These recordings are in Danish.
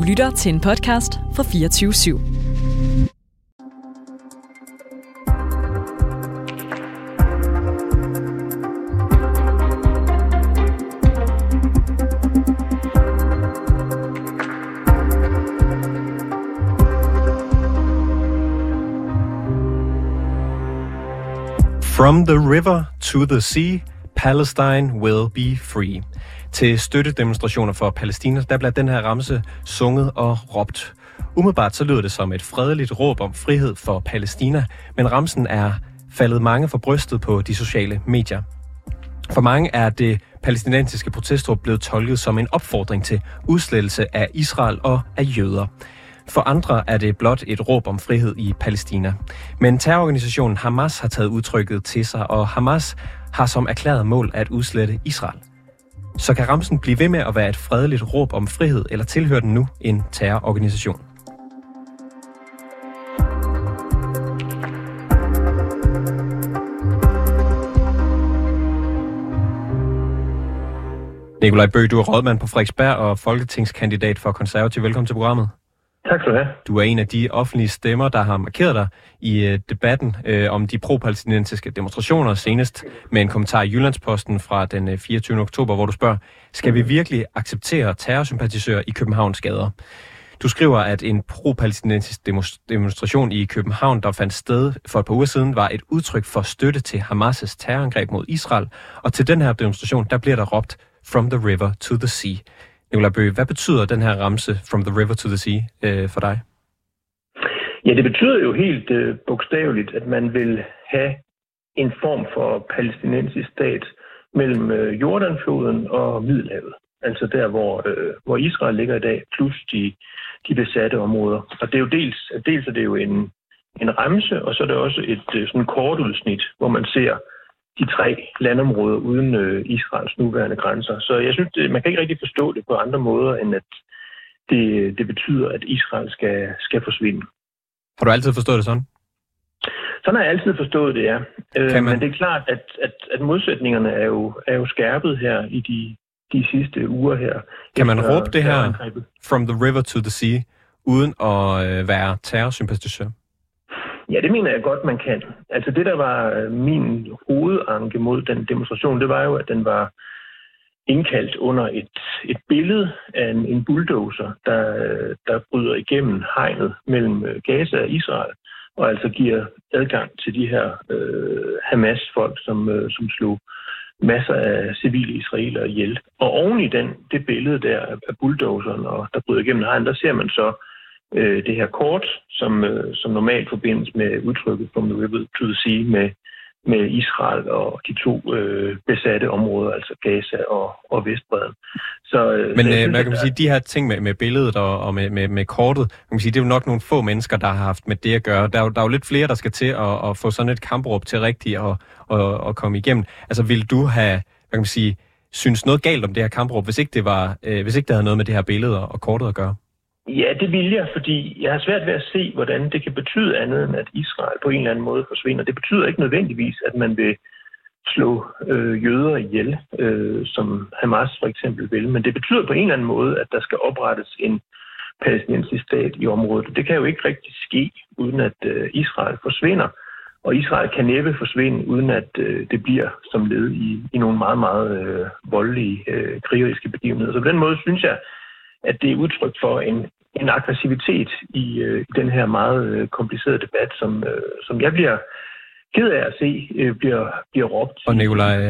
lytter til en podcast fra 24/7. From the river to the sea, Palestine will be free. Til støttedemonstrationer for Palæstina, der bliver den her ramse sunget og råbt. Umiddelbart så lyder det som et fredeligt råb om frihed for Palæstina, men ramsen er faldet mange for brystet på de sociale medier. For mange er det palæstinensiske protestråb blevet tolket som en opfordring til udslettelse af Israel og af jøder. For andre er det blot et råb om frihed i Palæstina. Men terrororganisationen Hamas har taget udtrykket til sig, og Hamas har som erklæret mål at udslette Israel. Så kan ramsen blive ved med at være et fredeligt råb om frihed, eller tilhører den nu en terrororganisation? Nikolaj Bøgh, du er rådmand på Frederiksberg og folketingskandidat for Konservativ. Velkommen til programmet. Tak skal du have. Du er en af de offentlige stemmer, der har markeret dig i debatten om de pro-palæstinensiske demonstrationer, senest med en kommentar i Jyllandsposten fra den 24. oktober, hvor du spørger, skal vi virkelig acceptere terrorsympatisører i Københavns gader? Du skriver, at en pro-palæstinensisk demonstration i København, der fandt sted for et par uger siden, var et udtryk for støtte til Hamas' terrorangreb mod Israel, og til den her demonstration, der bliver der råbt From the river to the sea. Nikolaj Bøgh, hvad betyder den her ramse From the river to the sea for dig? Ja, det betyder jo helt bogstaveligt, at man vil have en form for palæstinensisk stat mellem Jordanfloden og Middelhavet. Altså der, hvor Israel ligger i dag, plus de besatte områder. Og det er jo dels er det jo en ramse, og så er det også et sådan kort udsnit, hvor man ser de 3 landområder uden Israels nuværende grænser. Så jeg synes, man kan ikke rigtig forstå det på andre måder, end at det betyder, at Israel skal forsvinde. Har du altid forstået det sådan? Sådan har jeg altid forstået det, ja. Men det er klart, at modsætningerne er jo skærpet her i de sidste uger her. Kan man råbe det her From the river to the sea, uden at være terrorsympatisør? Ja, det mener jeg godt, man kan. Altså det, der var min hovedanke mod den demonstration, det var jo, at den var indkaldt under et billede af en bulldozer, der bryder igennem hegnet mellem Gaza og Israel, og altså giver adgang til de her Hamas-folk, som slog masser af civile israelere ihjel. Og oven i det billede der af bulldozeren, og der bryder igennem hegnet, der ser man så det her kort, som normalt forbindes med udtrykket From the river to the sea med Israel og de 2 besatte områder, altså Gaza og Vestbredden. Men hvad kan man sige, de her ting med billedet og med kortet, kan man sige, det er jo nok nogle få mennesker, der har haft med det at gøre. Der er jo lidt flere, der skal til at få sådan et kampråb til rigtigt at komme igennem. Altså vil du have, hvad kan man sige, synes noget galt om det her kampråb, hvis ikke det havde noget med det her billede og kortet at gøre? Ja, det vil jeg, fordi jeg har svært ved at se, hvordan det kan betyde andet end, at Israel på en eller anden måde forsvinder. Det betyder ikke nødvendigvis, at man vil slå jøder ihjel, som Hamas for eksempel vil. Men det betyder på en eller anden måde, at der skal oprettes en palæstinensisk stat i området. Det kan jo ikke rigtig ske, uden at Israel forsvinder. Og Israel kan næppe forsvinde, uden at det bliver som led i nogle meget, meget voldelige krigeriske begivenheder. Så på den måde synes jeg, at det er udtryk for en aggressivitet i den her meget komplicerede debat, som jeg bliver ked af at se, bliver råbt. Og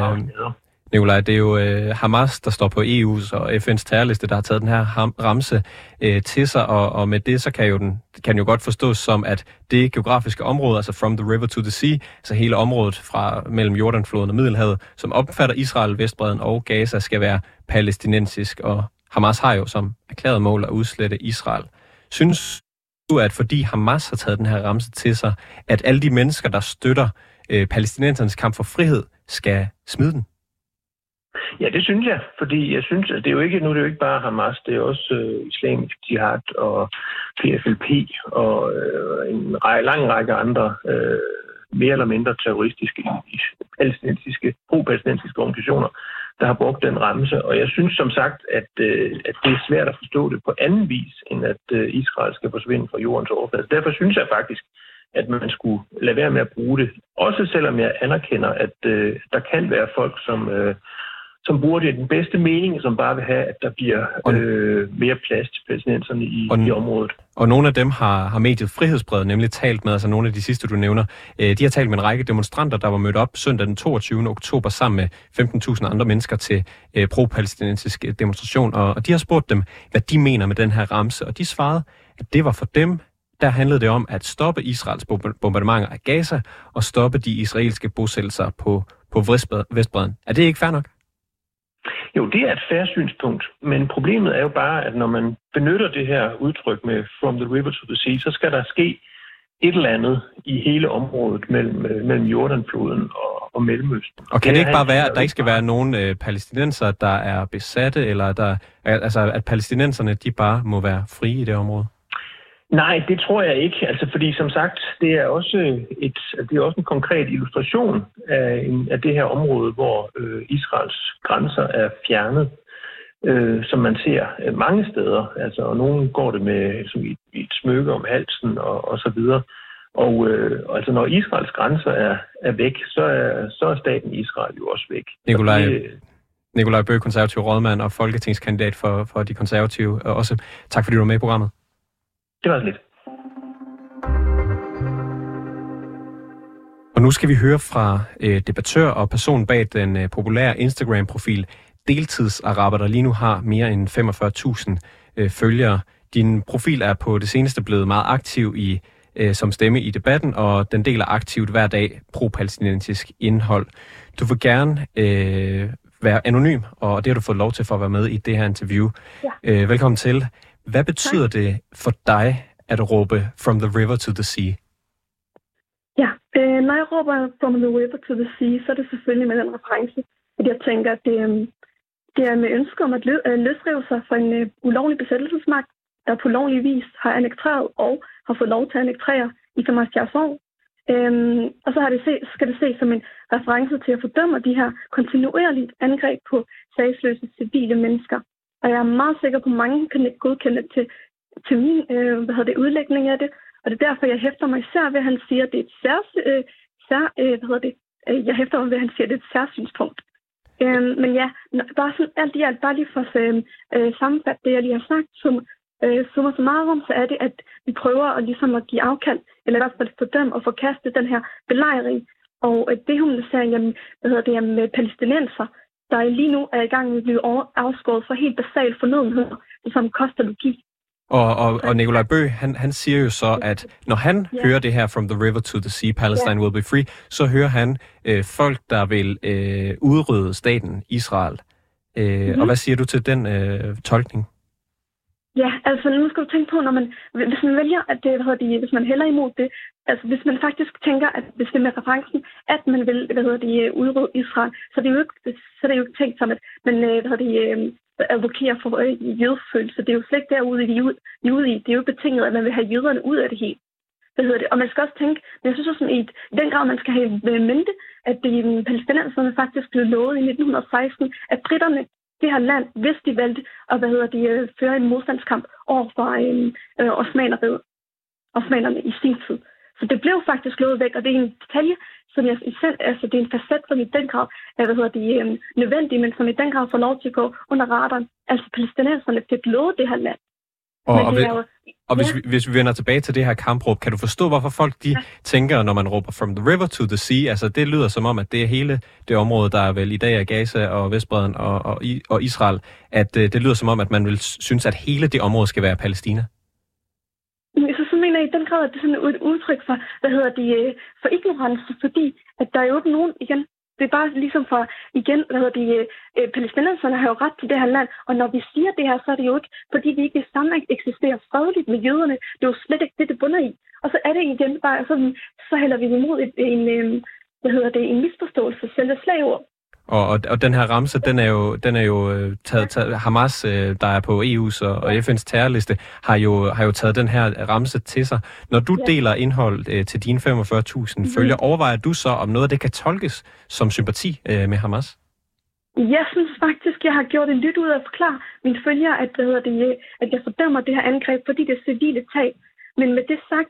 Nikolaj, det er jo Hamas, der står på EU's og FN's terrorliste, der har taget den her ramse til sig, og med det så kan den jo godt forstås som, at det geografiske område, altså From the river to the sea, altså hele området fra mellem Jordanfloden og Middelhavet, som opfatter Israel, Vestbredden og Gaza, skal være palæstinensisk, og Hamas har jo som erklæret mål at udslette Israel. Synes du, at fordi Hamas har taget den her ramse til sig, at alle de mennesker, der støtter palæstinensernes kamp for frihed, skal smide den? Ja, det synes jeg, fordi jeg synes, at det er jo ikke bare Hamas, det er også Islamisk Jihad og PFLP og en lang række andre mere eller mindre terroristiske pro-palæstinensiske organisationer, der har brugt den ramse. Og jeg synes som sagt, at det er svært at forstå det på anden vis, end at Israel skal forsvinde fra jordens overflade. Derfor synes jeg faktisk, at man skulle lade være med at bruge det. Også selvom jeg anerkender, at der kan være folk, som bruger det i den bedste mening, som bare vil have, at der bliver mere plads til palæstinenserne i området. Og nogle af dem har mediet Frihedsbrevet nemlig talt med, altså nogle af de sidste, du nævner. De har talt med en række demonstranter, der var mødt op søndag den 22. oktober sammen med 15.000 andre mennesker til pro-palæstinensisk demonstration, og de har spurgt dem, hvad de mener med den her ramse, og de svarede, at det var for dem, der handlede det om at stoppe Israels bombardementer af Gaza og stoppe de israelske bosættelser på Vestbredden. Er det ikke fair nok? Jo, det er et fair synspunkt, men problemet er jo bare, at når man benytter det her udtryk med from the river to the sea, så skal der ske et eller andet i hele området mellem Jordanfloden og Mellemøsten. Og kan det ikke bare være, at der ikke skal være nogen palæstinenser, der er besatte, eller at palæstinenserne de bare må være frie i det område? Nej, det tror jeg ikke. Altså, fordi som sagt, det er også en konkret illustration af det her område, hvor Israels grænser er fjernet, som man ser mange steder. Altså, og nogen går det med som i et smykke om halsen og så videre. Og altså, når Israels grænser er væk, så er staten Israel jo også væk. Nikolaj Bøgh, konservativ rådmand og folketingskandidat for de konservative. Også tak fordi du var med i programmet. Det var lidt. Og nu skal vi høre fra debattør og person bag den populære Instagram-profil Deltidsaraber, der lige nu har mere end 45.000 følgere. Din profil er på det seneste blevet meget aktiv som stemme i debatten, og den deler aktivt hver dag pro-palæstinensisk indhold. Du vil gerne være anonym, og det har du fået lov til for at være med i det her interview. Ja. Velkommen til. Hvad betyder det for dig at råbe from the river to the sea? Ja, når jeg råber from the river to the sea, så er det selvfølgelig med den reference, at jeg tænker, at det er med ønske om at løsrive sig fra en ulovlig besættelsesmagt, der på lovlig vis har annekteret og har fået lov til at annektere i 75 år. Og så skal det ses som en reference til at fordømme de her kontinuerligt angreb på sagsløse civile mennesker. Og jeg er meget sikker på, at mange kan godkende til min udlægning af det. Og det er derfor, jeg hæfter mig især ved, at han siger, at det er jeg hæfter mig ved, at han siger, at det er et særsynspunkt. Men ja, bare sådan alt i alt, bare lige for at sammenfatte det, jeg lige har sagt, summer så meget om, så er det, at vi prøver at, ligesom at give afkald, eller i hvert fald fordømme og forkaste den her belejring. Og dehumanisering med palæstinenser, der lige nu er i gang med at blive afskåret fra helt basale fornødenheder, som koster logi. Og Nikolaj Bøgh, han siger jo så, at når han hører det her from the river to the sea, Palestine will be free, så hører han folk, der vil udrydde staten Israel. Og hvad siger du til den tolkning? Ja, altså nu skal du tænke på, hvis man vælger, at hvis man hælder imod det, altså hvis man faktisk tænker, at hvis det er med referencen, at man vil, udrydde Israel, så er det jo ikke tænkt som, at man, advokerer for jødefølelse. Det er jo slet ikke derude i. Det er jo betinget, at man vil have jøderne ud af det hele. Og man skal også tænke, men jeg synes også, i den grad, man skal have mente, at palæstinenserne faktisk blev lovet i 1916, at britterne, det her land, hvis de valgte at føre en modstandskamp over for osmanerne i sin tid. Så det blev faktisk lovet væk, og det er en detalje, som det er en facet, som i den grad er nødvendig, men som i den grad får lov til at gå under radaren. Altså palæstinenserne fik lovet det her land. Hvis vi vender tilbage til det her kampråb, kan du forstå, hvorfor folk tænker, når man råber from the river to the sea? Altså det lyder som om, at det er hele det område, der er vel i dag er Gaza og Vestbredden og Israel, at det lyder som om, at man vil synes, at hele det område skal være Palæstina. Så mener jeg i den grad, at det er sådan et udtryk for, for ignorance, fordi at der er jo ikke nogen, igen, det er bare ligesom for, igen, palæstinenserne har jo ret til det her land, og når vi siger det her, så er det jo ikke, fordi vi ikke sammen eksisterer fredeligt med jøderne, det er jo slet ikke det bunder i. Og så er det igen bare, så hælder vi imod en misforståelse, selve slagord. Og den her ramse, den er jo taget Hamas, der er på EU's og FN's terrorliste, har jo taget den her ramse til sig. Når du deler indhold til dine 45.000 følgere, overvejer du så, om noget af det kan tolkes som sympati med Hamas? Jeg synes faktisk, jeg har gjort en lyt ud af at forklare mine følgere, at jeg fordømmer det her angreb, fordi det er civile tab. Men med det sagt,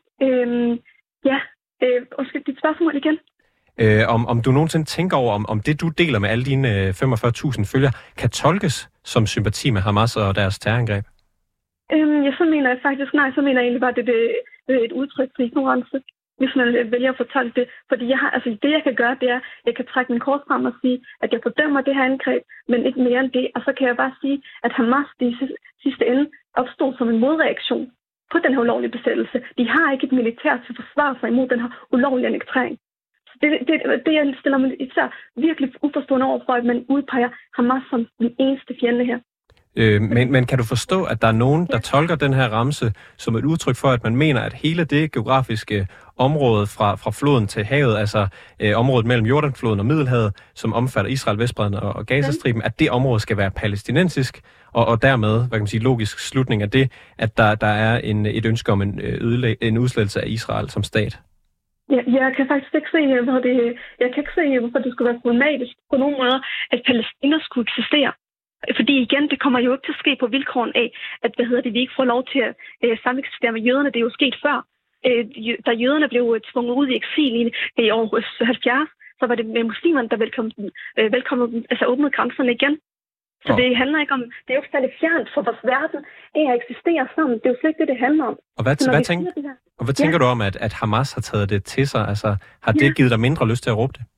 dit spørgsmål igen. Om du nogensinde tænker over, om det du deler med alle dine 45.000 følgere, kan tolkes som sympati med Hamas og deres terrorangreb? Så mener jeg faktisk, så mener jeg egentlig bare, at det er et udtryk for ignorance, hvis man vælger at fortolke det. Fordi det jeg kan gøre, det er, at jeg kan trække min kort frem og sige, at jeg fordømmer det her angreb, men ikke mere end det. Og så kan jeg bare sige, at Hamas i sidste ende opstod som en modreaktion på den her ulovlige besættelse. De har ikke et militær til at forsvare sig imod den her ulovlige annektering. Det jeg stiller mig især virkelig uforstående over for, at man udpeger Hamas som den eneste fjende her. Men kan du forstå, at der er nogen, der tolker den her ramse som et udtryk for, at man mener, at hele det geografiske område fra floden til havet, altså området mellem Jordanfloden og Middelhavet, som omfatter Israel, Vestbredden og Gazastriben, at det område skal være palæstinensisk, og dermed, hvad kan man sige, logisk slutning af det, at der er et ønske om en udslettelse af Israel som stat? Ja, jeg kan faktisk ikke se, hvorfor det skulle være problematisk på nogen måde, at Palæstina skulle eksistere. Fordi igen, det kommer jo ikke til at ske på vilkåren af, at vi ikke får lov til at sameksistere med jøderne. Det er jo sket før. Da jøderne blev tvunget ud i eksil i år 70, så var det med muslimerne, der åbnede grænserne igen. Så det handler ikke om, det er jo ikke særlig fjernt for vores verden af at eksistere sammen. Det er jo slet ikke det handler om. Og hvad tænker du om, at Hamas har taget det til sig? Altså, har det givet dig mindre lyst til at råbe det?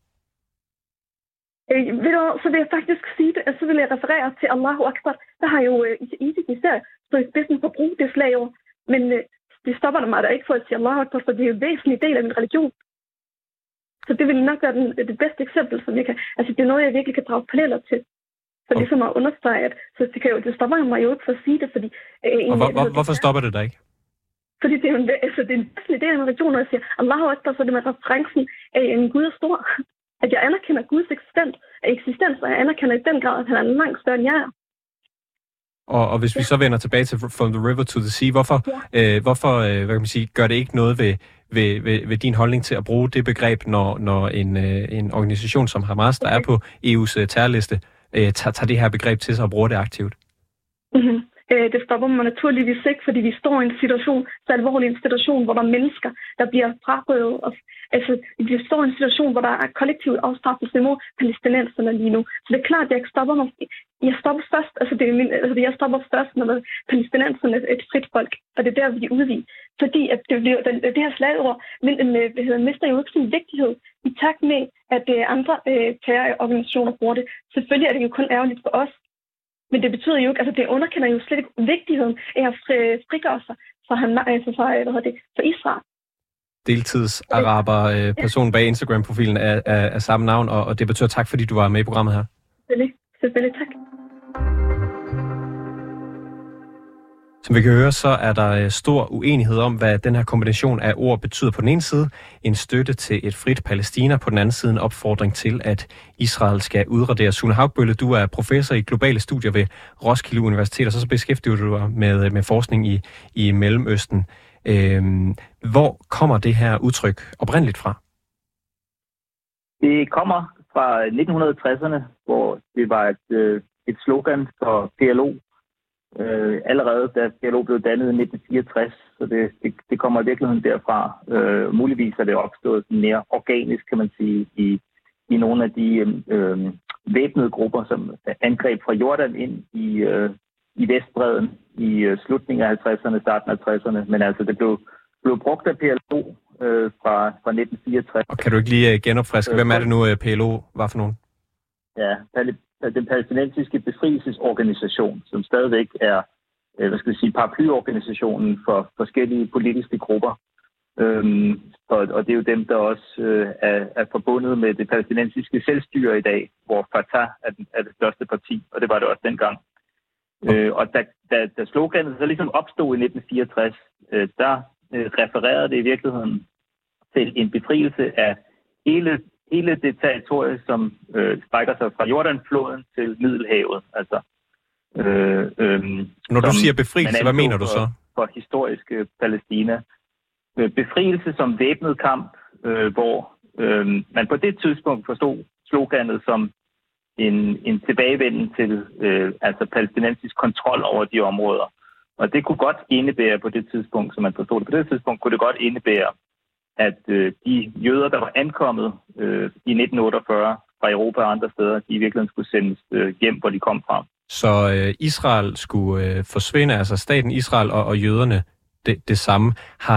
Så vil jeg faktisk sige det, så vil jeg referere til Allahu Akbar. Der har jo ISIS især stået i spidsen for at bruge det slagord. Men det stopper mig der ikke for at sige Allahu Akbar, for det er jo en væsentlig del af min religion. Så det vil nok være det bedste eksempel, som jeg kan. Altså det er noget, jeg virkelig kan drage paralleller til. Så ligesom at understrege, at det stopper mig jo ikke for at sige det, fordi... Hvorfor stopper det dig ikke? Fordi det er en væsentlig del af min religion, når jeg siger Allahu Akbar, så er det med referencen af en Gud er stor. At jeg anerkender Guds eksistens, og jeg anerkender i den grad, at han er langt større end jeg er. Og hvis vi så vender tilbage til From the River to the Sea, hvorfor hvad kan man sige, gør det ikke noget ved din holdning til at bruge det begreb, når en organisation som Hamas, der er på EU's terrorliste, tager det her begreb til sig og bruger det aktivt? Mm-hmm. Det stopper mig naturligvis ikke, fordi vi står i en situation, så alvorlig en situation, hvor der er mennesker, der bliver frarøvet. Vi står i en situation, hvor der er kollektiv afstraffelse imod palæstinenserne lige nu. Så det er klart, at jeg stopper mig. Jeg stopper først, jeg stopper først, når palæstinenserne er et frit folk, og det er der, vi er ude i. Fordi at det her slagord mister jo ikke sin vigtighed i takt med, at andre terrororganisationer bruger det. Selvfølgelig er det jo kun ærgerligt for os. Men det betyder jo ikke, det underkender jo slet ikke vigtigheden af at frigøre sig for Israel. Deltidsaraber, personen bag Instagram-profilen af samme navn, og det betyder tak, fordi du var med i programmet her. Selvfølgelig, tak. Som vi kan høre, så er der stor uenighed om, hvad den her kombination af ord betyder. På den ene side en støtte til et frit Palæstina, på den anden side en opfordring til, at Israel skal udradere. Sune Haugbølle, du er professor i globale studier ved Roskilde Universitet, og så beskæftiger du dig med forskning i Mellemøsten. Hvor kommer det her udtryk oprindeligt fra? Det kommer fra 1960'erne, hvor det var et slogan for PLO. Allerede da PLO blev dannet i 1964, så det kommer i virkeligheden derfra. Muligvis er det opstået mere organisk, kan man sige, i nogle af de væbnede grupper, som angreb fra Jordan ind i Vestbredden i slutningen af 50'erne, starten af 60'erne. Men altså, det blev brugt af PLO fra 1964. Og kan du ikke lige genopfriske, hvem er det nu, PLO var for nogen? Ja, den palæstinensiske befrielsesorganisation, som stadigvæk er paraplyorganisationen for forskellige politiske grupper. Og det er jo dem, der også er forbundet med det palæstinensiske selvstyre i dag, hvor Fatah er det største parti, og det var det også dengang. Og da sloganet så ligesom opstod i 1964, der refererede det i virkeligheden til en befrielse af hele det territorie, som strækker sig fra Jordanfloden til Middelhavet. Altså, når du siger befrielse, hvad mener du så? For historiske Palæstina. Befrielse som væbnet kamp, hvor man på det tidspunkt forstod sloganet som en tilbagevenden til altså palæstinensisk kontrol over de områder. Og det kunne godt indebære på det tidspunkt, som man forstod det, på det tidspunkt kunne det godt indebære, at de jøder, der var ankommet i 1948 fra Europa og andre steder, de i virkeligheden skulle sendes hjem, hvor de kom fra. Så Israel skulle forsvinde, altså staten Israel og jøderne det samme.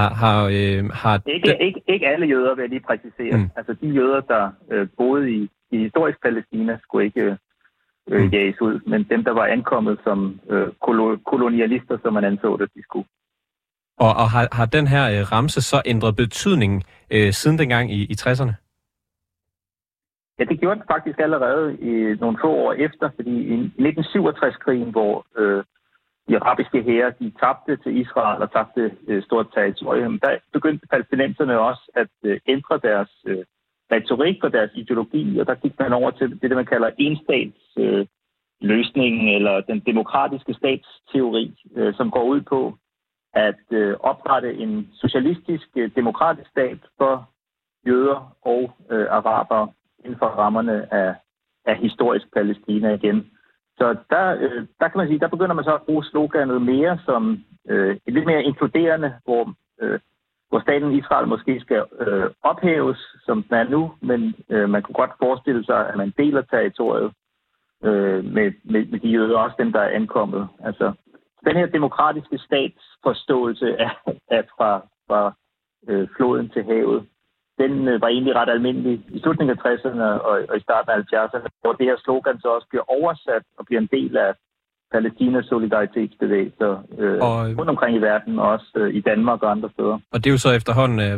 Ikke alle jøder, vil jeg lige præcisere. Altså de jøder, der boede i historisk Palæstina, skulle ikke jages ud, men dem, der var ankommet som kolonialister, som man anså det, de skulle. Og har den her ramse så ændret betydning siden dengang i 60'erne? Ja, det gjorde den faktisk allerede i nogle få år efter, fordi i 1967-krigen, hvor de arabiske hære, de tabte til Israel og tabte stort territorium, der begyndte palæstinenserne også at ændre deres retorik og deres ideologi, og der gik man over til det, man kalder enstatsløsningen, eller den demokratiske statsteori, som går ud på at oprette en socialistisk, demokratisk stat for jøder og arabere inden for rammerne af historisk Palæstina igen. Så der kan man sige, der begynder man så at bruge sloganet mere som et lidt mere inkluderende, hvor staten Israel måske skal ophæves, som den er nu, men man kunne godt forestille sig, at man deler territoriet med de jøder, også dem, der er ankommet. Altså, den her demokratiske statsforståelse af fra floden til havet, den var egentlig ret almindelig i slutningen af 60'erne og i starten af 70'erne, hvor det her slogan så også bliver oversat og bliver en del af Palæstinas solidaritetsbevægelser rundt omkring i verden, også i Danmark og andre steder. Og det er jo så efterhånden 50-60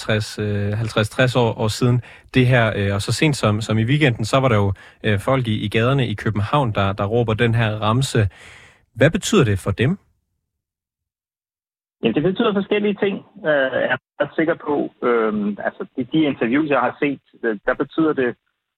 år siden det her, og så sent som i weekenden, så var der jo folk i gaderne i København, der råber den her ramse. Hvad betyder det for dem? Ja, det betyder forskellige ting. Jeg er sikker på, altså de interviews, jeg har set, der betyder det,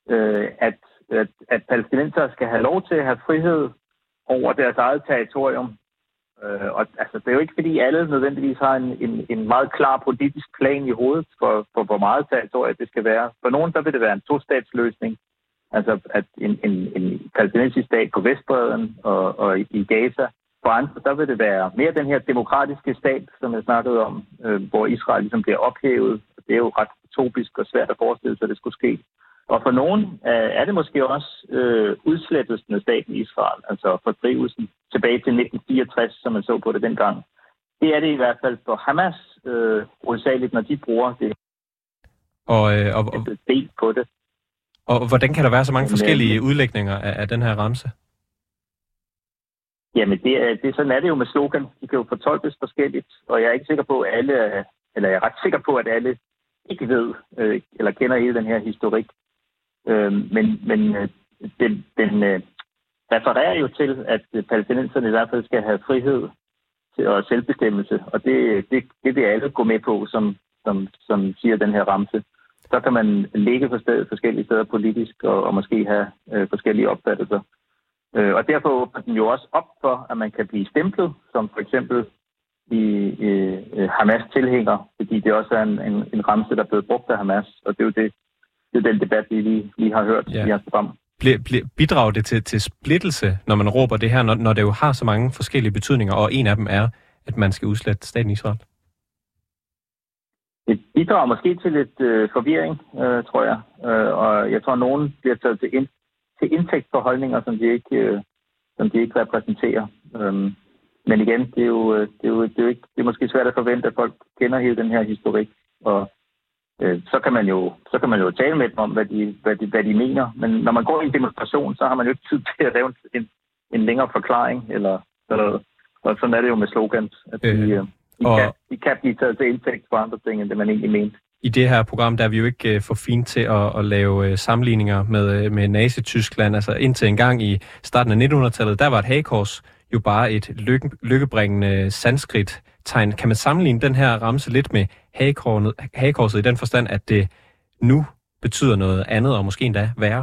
at palæstinenser skal have lov til at have frihed over deres eget territorium. Og altså, det er jo ikke, fordi alle nødvendigvis har en meget klar politisk plan i hovedet for hvor meget territorium det skal være. For nogen, der vil det være en tostatsløsning. Altså, at en palæstinensisk stat på Vestbredden og i Gaza. For andre, der vil det være mere den her demokratiske stat, som jeg snakkede om, hvor Israel ligesom bliver ophævet. Det er jo ret utopisk og svært at forestille sig, at det skulle ske. Og for nogen er det måske også udslettelsen af staten Israel, altså fordrivelsen tilbage til 1964, som man så på det dengang. Det er det i hvert fald for Hamas, hovedsageligt, når de bruger det. Og del på det. Og hvordan kan der være så mange forskellige udlægninger af den her ramse? Jamen, sådan er det jo med slogan. De kan jo fortolkes forskelligt, og jeg er ikke sikker på, at alle, eller jeg er ret sikker på, at alle ikke ved eller kender hele den her historik. Men den refererer jo til, at palæstinenserne i hvert fald skal have frihed og selvbestemmelse, og det vil alle gå med på, som siger den her ramse. Så kan man ligge forskellige steder politisk og måske have forskellige opfattelser. Og derfor åbner den jo også op for, at man kan blive stemplet, som for eksempel i Hamas-tilhænger, fordi det også er en ramse, der er blevet brugt af Hamas, og det er jo den debat, vi lige har hørt i jeres program. Bidrager det til splittelse, når man råber det her, når det jo har så mange forskellige betydninger, og en af dem er, at man skal udslette staten Israel? Det bidrager måske til lidt forvirring, tror jeg. Og jeg tror, at nogen bliver taget til indtægt for holdninger, som de ikke repræsenterer. Men igen, det er måske svært at forvente, at folk kender hele den her historik. Og så kan man jo tale med dem om, hvad de mener. Men når man går i en demonstration, så har man jo ikke tid til at lave en længere forklaring. Og sådan er det jo med slogans. At de kan blive taget til indtægt for andre ting, end det man egentlig mente. I det her program, der er vi jo ikke for fint til at lave sammenligninger med Nazi-Tyskland. Altså indtil en gang i starten af 1900-tallet, der var et hagekors jo bare et lykkebringende sanskrit-tegn. Kan man sammenligne den her ramse lidt med hagekorset i den forstand, at det nu betyder noget andet, og måske endda værre?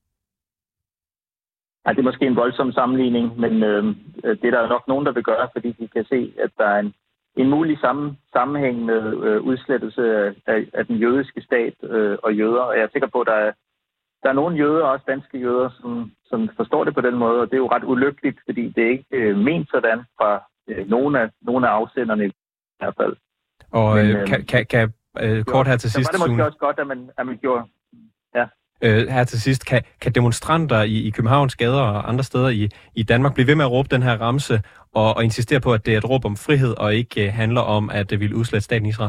Ja, det er måske en voldsom sammenligning, men det er der nok nogen, der vil gøre, fordi de kan se, at der er en mulig sammenhæng med udslettelse af den jødiske stat og jøder. Og jeg er sikker på, at der der er nogle jøder, også danske jøder, som forstår det på den måde, og det er jo ret ulykkeligt, fordi det er ikke ment sådan fra nogle af afsenderne i hvert fald. Og kan kort her til sidst... Så var det måske også godt, at man gjorde... Ja. Her til sidst, kan demonstranter i Københavns gader og andre steder i Danmark blive ved med at råbe den her ramse og insistere på, at det er et råb om frihed og ikke handler om, at det vil udslette staten Israel?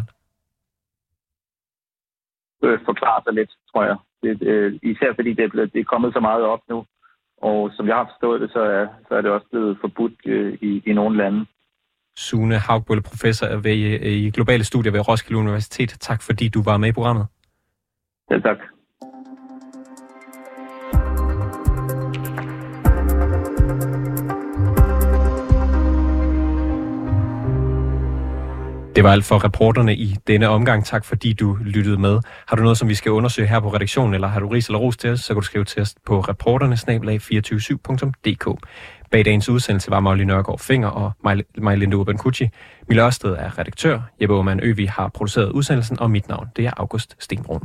Forklare sig lidt, tror jeg. Især fordi det er kommet så meget op nu. Og som jeg har forstået det, så er det også blevet forbudt i nogle lande. Sune Haugbølle, professor i globale studier ved Roskilde Universitet. Tak fordi du var med i programmet. Ja, tak. Det var alt for reporterne i denne omgang. Tak fordi du lyttede med. Har du noget, som vi skal undersøge her på redaktionen, eller har du ris eller ros til os, så kan du skrive til os på reporterne@247.dk. Bag dagens udsendelse var Molly Nørgaard Finger og Majlinde Urban Kucci. Mille Ørsted er redaktør. Jeppe Aumann Øvig har produceret udsendelsen, og mit navn det er August Stenbrun.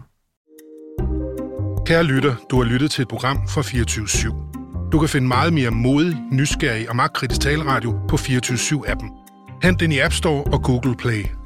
Kære lytter, du har lyttet til et program fra 24/7. Du kan finde meget mere modig, nysgerrig og magtkritisk taleradio på 24/7-appen. Hent den i App Store og Google Play.